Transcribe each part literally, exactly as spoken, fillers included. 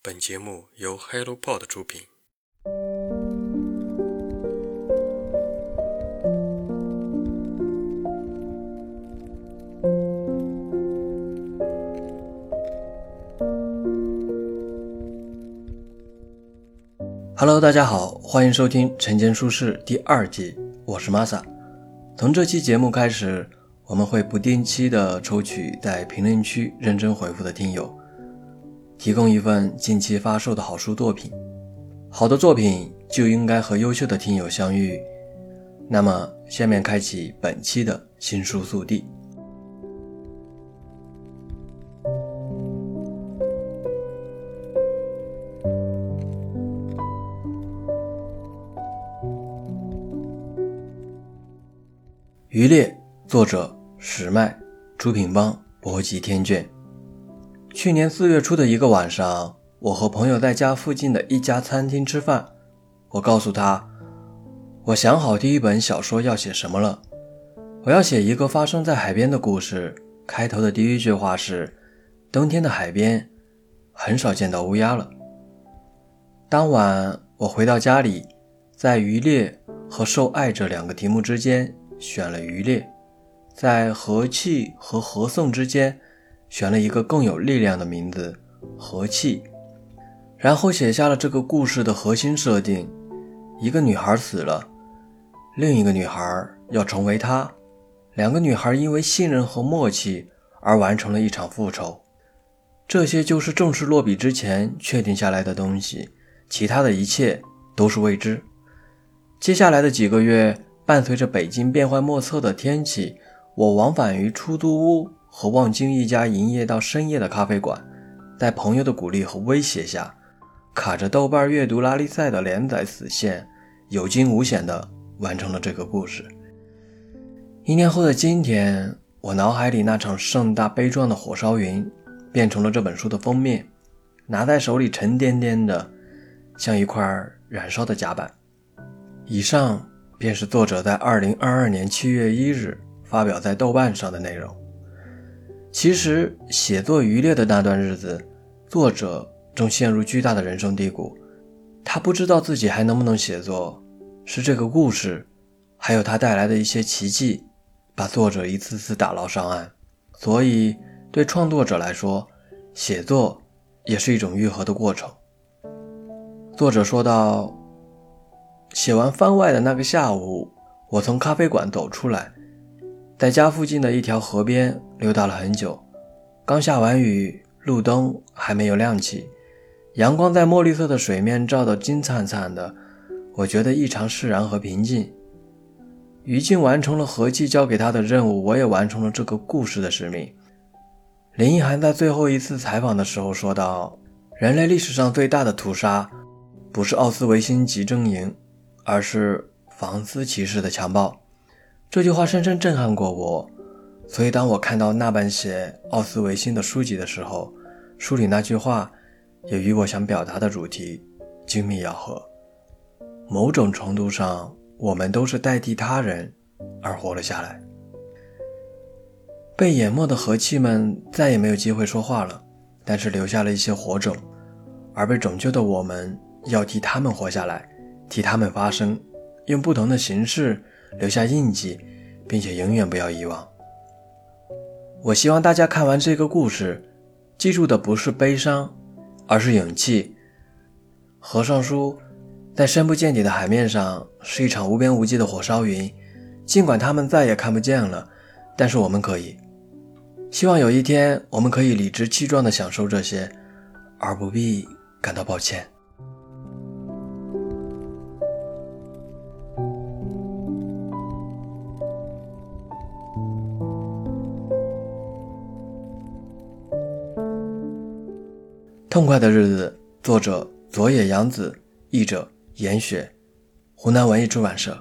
本节目由 HelloPod 出品。 Hello， 大家好，欢迎收听晨间书事第二季，我是 Masa。从这期节目开始，我们会不定期的抽取在评论区认真回复的听友，提供一份近期发售的好书作品。好的作品就应该和优秀的听友相遇。那么，下面开启本期的新书速递。渔猎，作者石麦，出品方博集天卷。去年四月初的一个晚上，我和朋友在家附近的一家餐厅吃饭。我告诉他，我想好第一本小说要写什么了。我要写一个发生在海边的故事，开头的第一句话是，冬天的海边很少见到乌鸦了。当晚我回到家里，在渔猎和受爱这两个题目之间选了渔猎，在和气和和颂之间选了一个更有力量的名字，和气。然后写下了这个故事的核心设定，一个女孩死了，另一个女孩要成为她，两个女孩因为信任和默契而完成了一场复仇。这些就是正式落笔之前确定下来的东西，其他的一切都是未知。接下来的几个月，伴随着北京变幻莫测的天气，我往返于出租屋和望京一家营业到深夜的咖啡馆，在朋友的鼓励和威胁下，卡着豆瓣阅读拉力赛的连载死线，有惊无险地完成了这个故事。一年后的今天，我脑海里那场盛大悲壮的火烧云变成了这本书的封面，拿在手里沉甸甸的，像一块燃烧的甲板。以上便是作者在二零二二年七月一日发表在豆瓣上的内容。其实写作渔猎的那段日子，作者正陷入巨大的人生低谷，他不知道自己还能不能写作，是这个故事还有他带来的一些奇迹把作者一次次打捞上岸。所以对创作者来说，写作也是一种愈合的过程。作者说道，写完番外的那个下午，我从咖啡馆走出来，在家附近的一条河边溜达了很久。刚下完雨，路灯还没有亮起，阳光在墨绿色的水面照得金灿灿的，我觉得异常释然和平静。于静完成了和气交给他的任务，我也完成了这个故事的使命。林奕含在最后一次采访的时候说道，人类历史上最大的屠杀不是奥斯维辛集中营，而是房思骑士的强暴。这句话深深震撼过我，所以当我看到那本写奥斯维辛的书籍的时候，书里那句话也与我想表达的主题精密咬合。某种程度上，我们都是代替他人而活了下来。被淹没的和气们再也没有机会说话了，但是留下了一些火种，而被拯救的我们要替他们活下来，替他们发声，用不同的形式留下印记，并且永远不要遗忘。我希望大家看完这个故事，记住的不是悲伤，而是勇气。河上书在深不见底的海面上是一场无边无际的火烧云，尽管他们再也看不见了，但是我们可以。希望有一天我们可以理直气壮地享受这些，而不必感到抱歉。痛快的日子，作者佐野洋子，译者严雪，湖南文艺出版社。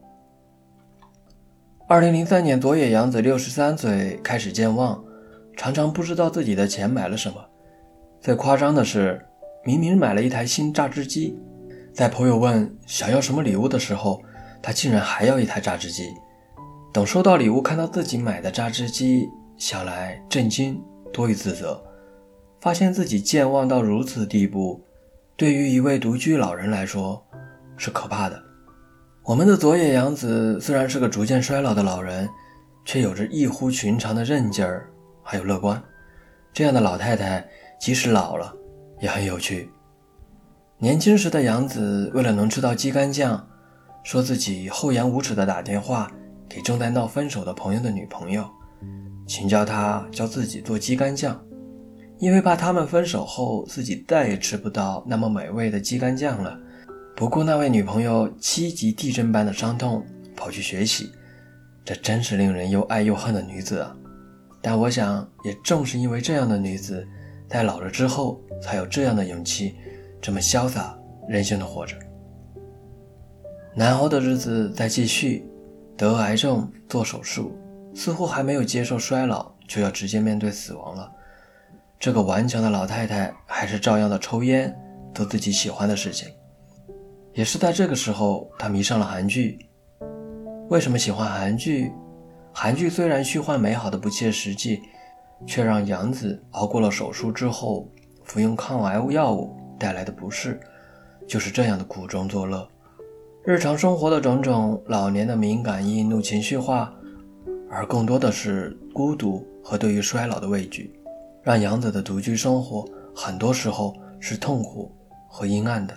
二零零三年，佐野洋子六十三岁开始健忘，常常不知道自己的钱买了什么。最夸张的是，明明买了一台新榨汁机，在朋友问想要什么礼物的时候，他竟然还要一台榨汁机。等收到礼物看到自己买的榨汁机，想来震惊多于自责。 发现自己健忘到如此地步，对于一位独居老人来说是可怕的。我们的佐野洋子虽然是个逐渐衰老的老人，却有着异乎寻常的韧劲儿，还有乐观。这样的老太太即使老了也很有趣。年轻时的洋子为了能吃到鸡肝酱，说自己厚颜无耻地打电话给正在闹分手的朋友的女朋友，请教他教自己做鸡肝酱，因为怕他们分手后自己再也吃不到那么美味的鸡肝酱了。不顾那位女朋友七级地震般的伤痛跑去学习，这真是令人又爱又恨的女子啊。但我想也正是因为这样的女子，在老了之后才有这样的勇气，这么潇洒任性的活着。南欧的日子在继续，得癌症做手术，似乎还没有接受衰老就要直接面对死亡了。这个顽强的老太太还是照样的抽烟，做自己喜欢的事情。也是在这个时候，她迷上了韩剧。为什么喜欢韩剧？韩剧虽然虚幻美好的不切实际，却让杨子熬过了手术之后服用抗癌药物带来的不适，就是这样的苦中作乐。日常生活的种种，老年的敏感易怒情绪化，而更多的是孤独和对于衰老的畏惧，让杨子的独居生活很多时候是痛苦和阴暗的。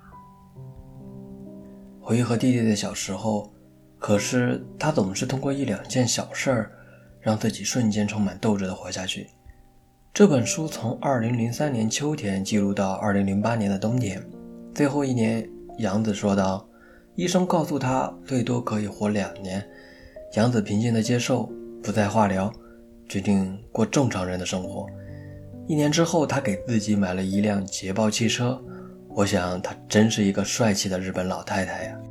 回忆和弟弟的小时候，可是他总是通过一两件小事儿，让自己瞬间充满斗志地活下去。这本书从二零零三年秋天记录到二零零八年的冬天，最后一年，杨子说道，医生告诉他最多可以活两年。杨子平静地接受，不再化疗，决定过正常人的生活。一年之后，他给自己买了一辆捷豹汽车。我想她真是一个帅气的日本老太太呀。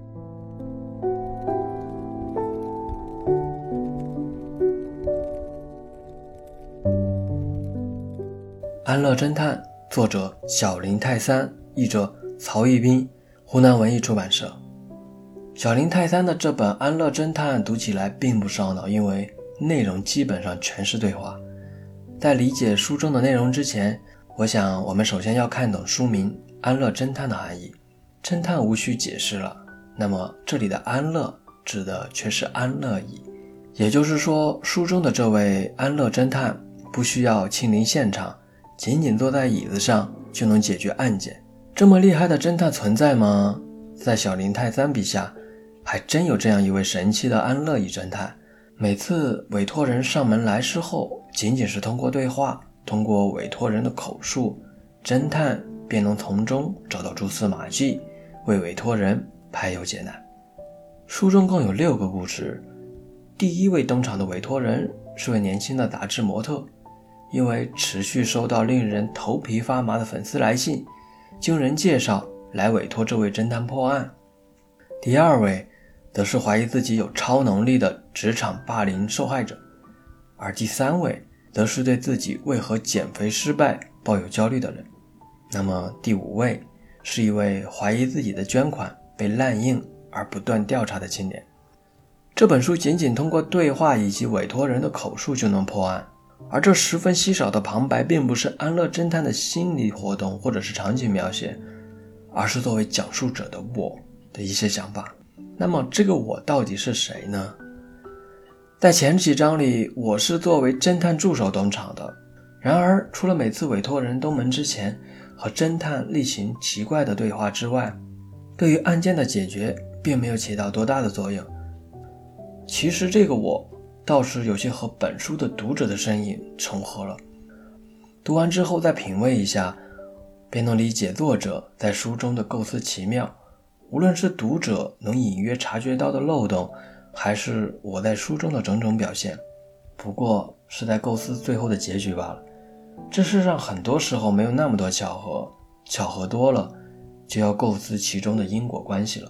安乐侦探，作者小林泰三，译者曹一斌，湖南文艺出版社。小林泰三的这本《安乐侦探》读起来并不烧脑，因为内容基本上全是对话。在理解书中的内容之前，我想我们首先要看懂书名安乐侦探的含义。侦探无需解释了，那么这里的安乐指的却是安乐椅，也就是说，书中的这位安乐侦探不需要亲临现场，仅仅坐在椅子上就能解决案件。这么厉害的侦探存在吗？在小林泰三笔下，还真有这样一位神奇的安乐椅侦探。每次委托人上门来事后，仅仅是通过对话，通过委托人的口述，侦探便能从中找到蛛丝马迹，为委托人排忧解难。书中共有六个故事。第一位登场的委托人是位年轻的杂志模特，因为持续收到令人头皮发麻的粉丝来信，经人介绍来委托这位侦探破案。第二位则是怀疑自己有超能力的职场霸凌受害者，而第三位则是对自己为何减肥失败抱有焦虑的人。那么第五位是一位怀疑自己的捐款被滥用而不断调查的青年。这本书仅仅通过对话以及委托人的口述就能破案，而这十分稀少的旁白并不是安乐侦探的心理活动或者是场景描写，而是作为讲述者的我的一些想法。那么这个我到底是谁呢？在前几章里，我是作为侦探助手登场的，然而除了每次委托人登门之前和侦探例行奇怪的对话之外，对于案件的解决并没有起到多大的作用。其实这个我倒是有些和本书的读者的身影重合了。读完之后再品味一下，便能理解作者在书中的构思奇妙，无论是读者能隐约察觉到的漏洞，还是我在书中的种种表现，不过是在构思最后的结局罢了。这世上很多时候没有那么多巧合，巧合多了就要构思其中的因果关系了。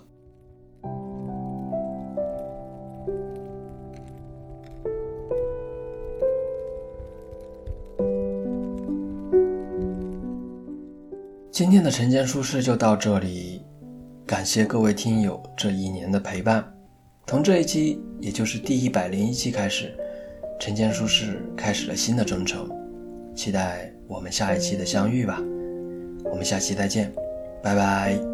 今天的晨间书事就到这里，感谢各位听友这一年的陪伴。从这一期，也就是第一百零一期开始，晨间书事开始了新的征程，期待我们下一期的相遇吧。我们下期再见，拜拜。